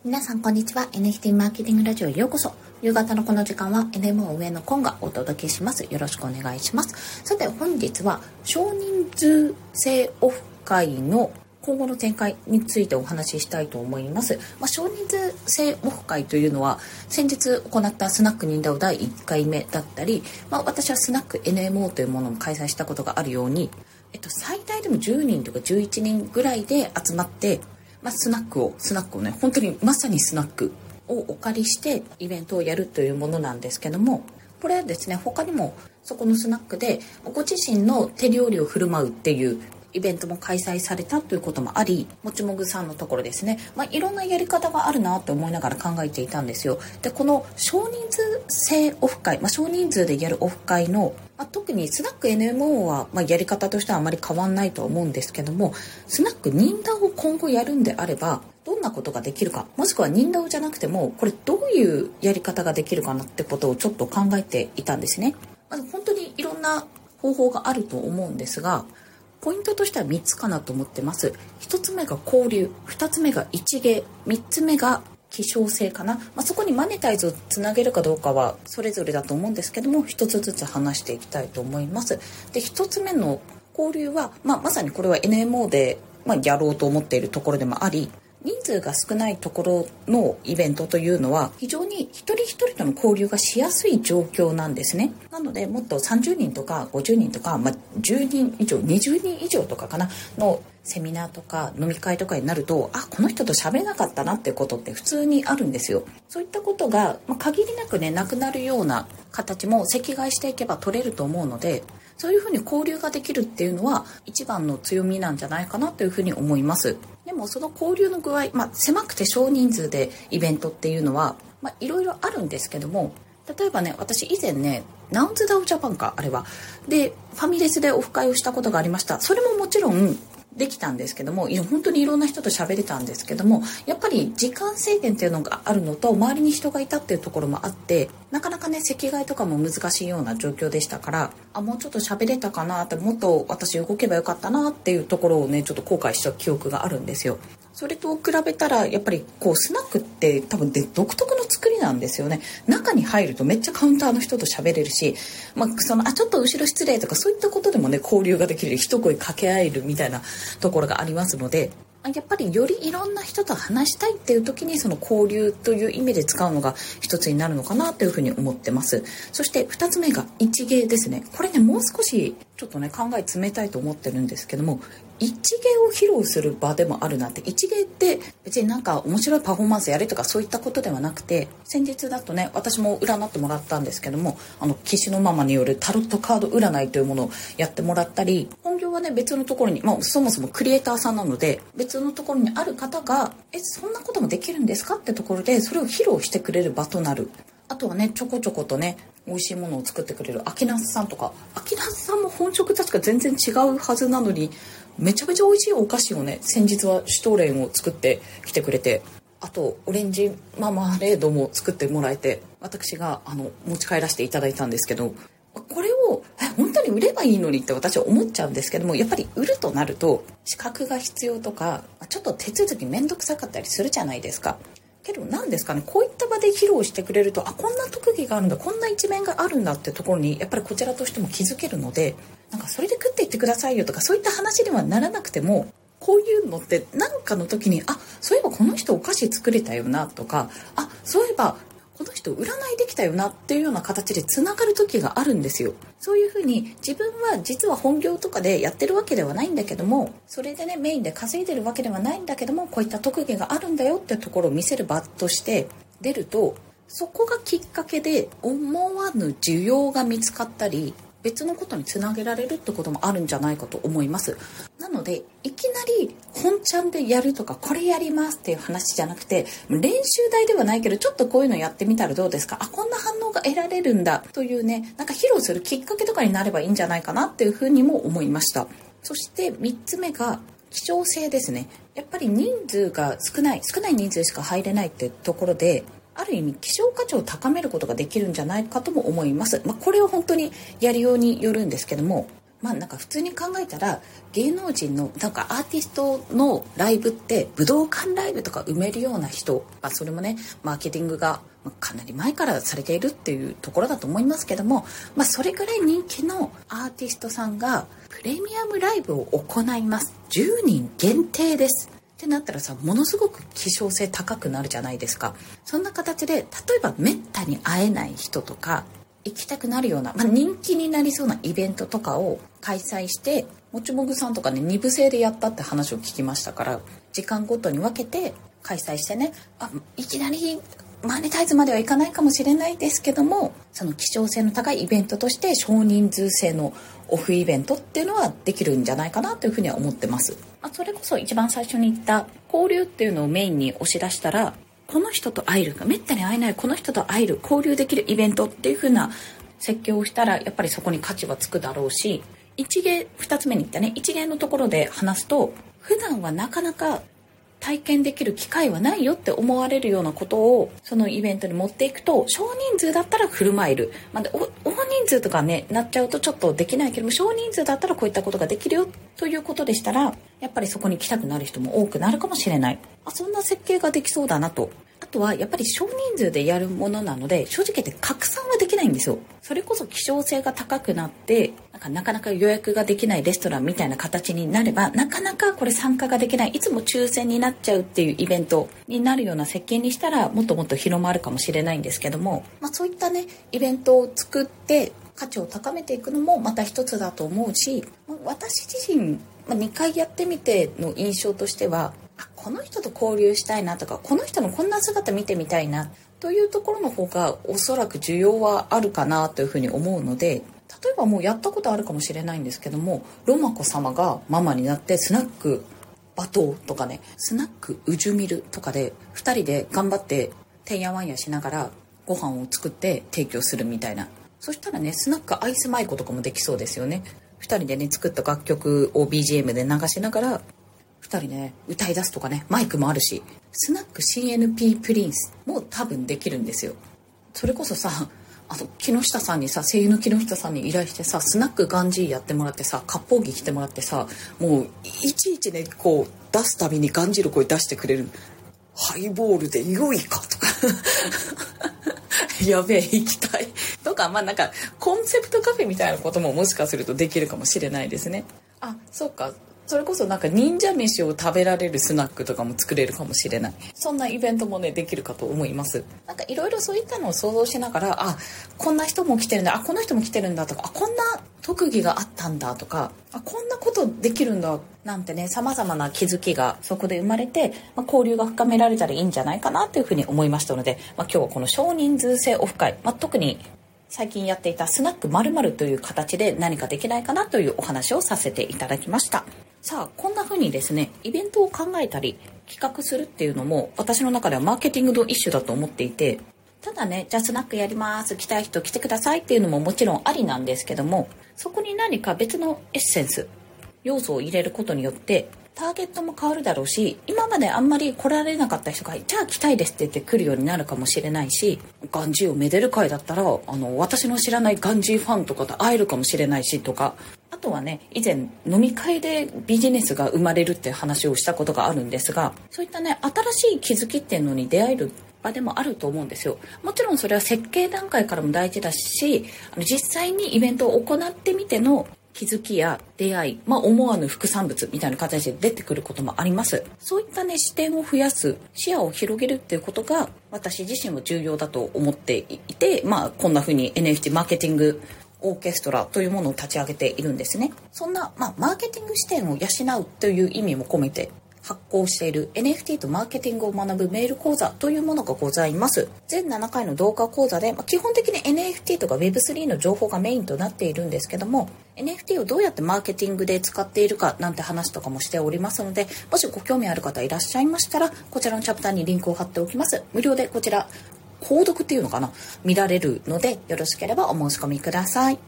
皆さんこんにちは。 NFT マーケティングラジオへようこそ。夕方のこの時間は NMO 上のコンがお届けします。よろしくお願いします。さて本日は少人数制オフ会の今後の展開についてお話ししたいと思います。少人数制オフ会というのは先日行ったスナックニンダオ第1回目だったり、私はスナック NMO というものを開催したことがあるように、最大でも10人とか11人ぐらいで集まってスナックをね、本当にまさにスナックをお借りしてイベントをやるというものなんですけども、これはですね、他にもそこのスナックでご自身の手料理を振る舞うっていうイベントも開催されたということもあり、もちもぐさんのところですね、いろんなやり方があるなと思いながら考えていたんですよ。で、この少人数制オフ会、少人数でやるオフ会の、特にスナック NMO は、やり方としてはあまり変わんないと思うんですけども、スナックニンダオを今後やるんであればどんなことができるか、もしくはニンダオじゃなくてもこれどういうやり方ができるかなってことをちょっと考えていたんですね。本当にいろんな方法があると思うんですが、ポイントとしては3つかなと思ってます。1つ目が交流、2つ目が一芸、3つ目が希少性かな。そこにマネタイズをつなげるかどうかはそれぞれだと思うんですけども、1つずつ話していきたいと思います。で、1つ目の交流は、まさにこれは NMO で、やろうと思っているところでもあり、人数が少ないところのイベントというのは非常に一人一人との交流がしやすい状況なんですね。なのでもっと30人とか50人とか、10人以上20人以上とかかなのセミナーとか飲み会とかになると、この人と喋れなかったなっていうことって普通にあるんですよ。そういったことが、限りなくねなくなるような形も席替えしていけば取れると思うので、そういうふうに交流ができるっていうのは一番の強みなんじゃないかなというふうに思います。でもその交流の具合、狭くて少人数でイベントっていうのはいろいろあるんですけども、例えばね、私以前ね、ナウンズダウジャパンかあれはでファミレスでオフ会をしたことがありました。それももちろんできたんですけども、本当にいろんな人と喋れたんですけども、やっぱり時間制限っていうのがあるのと、周りに人がいたっていうところもあって、なかなかね席替えとかも難しいような状況でしたから、もうちょっと喋れたかなって、もっと私動けばよかったなっていうところをねちょっと後悔した記憶があるんですよ。それと比べたらやっぱりスナックって多分独特の作りなんですよね。中に入るとめっちゃカウンターの人と喋れるし、ちょっと後ろ失礼とかそういったことでもね交流ができる、一声掛け合えるみたいなところがありますので、やっぱりよりいろんな人と話したいっていう時にその交流という意味で使うのが一つになるのかなというふうに思ってます。そして2つ目が一芸ですね。これねもう少しちょっとね考え詰めたいと思ってるんですけども、一芸を披露する場でもあるなって。一芸って別に面白いパフォーマンスやれとかそういったことではなくて、先日だとね私も占ってもらったんですけども、騎士のママによるタロットカード占いというものをやってもらったり、本業はね別のところに、そもそもクリエイターさんなので別のところにある方がそんなこともできるんですかってところでそれを披露してくれる場となる。あとはねちょこちょことね美味しいものを作ってくれる秋ナスさんとか、秋ナスさんも本職確か全然違うはずなのにめちゃめちゃ美味しいお菓子をね先日はシュトーレンを作ってきてくれて、あとオレンジママレードも作ってもらえて、私が持ち帰らせていただいたんですけど、これを本当に売ればいいのにって私は思っちゃうんですけども、やっぱり売るとなると資格が必要とかちょっと手続きめんどくさかったりするじゃないですか。けど何ですかね、こういった場で披露してくれると、こんな特技があるんだ、こんな一面があるんだってところにやっぱりこちらとしても気づけるので、それで食っていってくださいよとかそういった話にはならなくても、こういうのって何かの時にそういえばこの人お菓子作れたよなとか、そういえばこの人占いできたよなっていうような形でつながる時があるんですよ。そういうふうに自分は実は本業とかでやってるわけではないんだけども、それでねメインで稼いでるわけではないんだけども、こういった特技があるんだよってところを見せる場として出ると、そこがきっかけで思わぬ需要が見つかったり別のことにつなげられるってこともあるんじゃないかと思います。なのでいきなり本ちゃんでやるとかこれやりますっていう話じゃなくて、練習台ではないけどちょっとこういうのやってみたらどうですか、こんな反応が得られるんだというね、披露するきっかけとかになればいいんじゃないかなっていうふうにも思いました。そして3つ目が希少性ですね。やっぱり人数が少ない人数しか入れないってところで、ある意味希少価値を高めることができるんじゃないかとも思います。これは本当にやりようによるんですけども、 なんか普通に考えたら芸能人のなんかアーティストのライブって武道館ライブとか埋めるような人、それもねマーケティングがかなり前からされているっていうところだと思いますけども、それぐらい人気のアーティストさんがプレミアムライブを行います。10人限定ですってなったらさ、ものすごく希少性高くなるじゃないですか。そんな形で例えばめったに会えない人とか行きたくなるような、人気になりそうなイベントとかを開催して、もちもぐさんとかね2部制でやったって話を聞きましたから、時間ごとに分けて開催してね、いきなりマネタイズまではいかないかもしれないですけども、その希少性の高いイベントとして少人数制のオフイベントっていうのはできるんじゃないかなというふうには思ってます。それこそ一番最初に言った交流っていうのをメインに押し出したら、この人と会えるか、めったに会えないこの人と会える交流できるイベントっていう風な設計をしたら、やっぱりそこに価値はつくだろうし、2つ目に言ったね、一芸のところで話すと、普段はなかなか体験できる機会はないよって思われるようなことをそのイベントに持っていくと、少人数だったら振る舞える、大人数とかねなっちゃうとちょっとできないけども、少人数だったらこういったことができるよということでしたら、やっぱりそこに来たくなる人も多くなるかもしれない。そんな設計ができそうだなと。あとはやっぱり少人数でやるものなので、正直言って拡散はできないんですよ。それこそ希少性が高くなって、なかなか予約ができないレストランみたいな形になれば、なかなかこれ参加ができない、いつも抽選になっちゃうっていうイベントになるような設計にしたら、もっともっと広まるかもしれないんですけども、そういったねイベントを作って価値を高めていくのもまた一つだと思うし、私自身、2回やってみての印象としては、この人と交流したいなとか、この人のこんな姿見てみたいなというところの方がおそらく需要はあるかなというふうに思うので、例えばもうやったことあるかもしれないんですけども、ロマコ様がママになってスナックバトーとかね、スナックウジュミルとかで2人で頑張っててんやわんやしながらご飯を作って提供するみたいな。そしたらね、スナックアイスマイコとかもできそうですよね。2人でね作った楽曲を BGM で流しながら2人でね歌い出すとかね、マイクもあるし、スナック CNP プリンスも多分できるんですよ。それこそさ、木下さんにさ、声優の木下さんに依頼してさ、スナックガンジーやってもらってさ、割烹着着てもらってさ、もういちいちねこう出すたびにガンジーの声出してくれる。ハイボールで良いかとかやべえ行きたいとか、なんかコンセプトカフェみたいなことももしかするとできるかもしれないですね。そうか、それこそなんか忍者飯を食べられるスナックとかも作れるかもしれない。そんなイベントもねできるかと思います。なんかいろいろそういったのを想像しながら、こんな人も来てるんだ、この人も来てるんだとか、こんな特技があったんだとか、こんなことできるんだなんてね、様々な気づきがそこで生まれて、交流が深められたらいいんじゃないかなというふうに思いましたので、今日はこの少人数制オフ会、特に最近やっていたスナック〇〇という形で何かできないかなというお話をさせていただきました。さあ、こんな風にですね、イベントを考えたり企画するっていうのも私の中ではマーケティングの一種だと思っていて、ただね、じゃあスナックやります、来たい人来てくださいっていうのももちろんありなんですけども、そこに何か別のエッセンス、要素を入れることによってターゲットも変わるだろうし、今まであんまり来られなかった人がじゃあ来たいですって言って来るようになるかもしれないし、ガンジーをめでる会だったら私の知らないガンジーファンとかと会えるかもしれないしとか、あとはね、以前飲み会でビジネスが生まれるって話をしたことがあるんですが、そういったね新しい気づきっていうのに出会える場でもあると思うんですよ。もちろんそれは設計段階からも大事だし、実際にイベントを行ってみての気づきや出会い、思わぬ副産物みたいな形で出てくることもあります。そういったね視点を増やす、視野を広げるっていうことが私自身も重要だと思っていて、こんな風に NFT マーケティングオーケストラというものを立ち上げているんですね。そんな、マーケティング視点を養うという意味も込めて発行している NFT とマーケティングを学ぶメール講座というものがございます。全7回の動画講座で、基本的に NFT とか Web3 の情報がメインとなっているんですけども、 NFT をどうやってマーケティングで使っているかなんて話とかもしておりますので、もしご興味ある方いらっしゃいましたら、こちらのチャプターにリンクを貼っておきます。無料でこちら購読っていうのかな、見られるので、よろしければお申し込みください。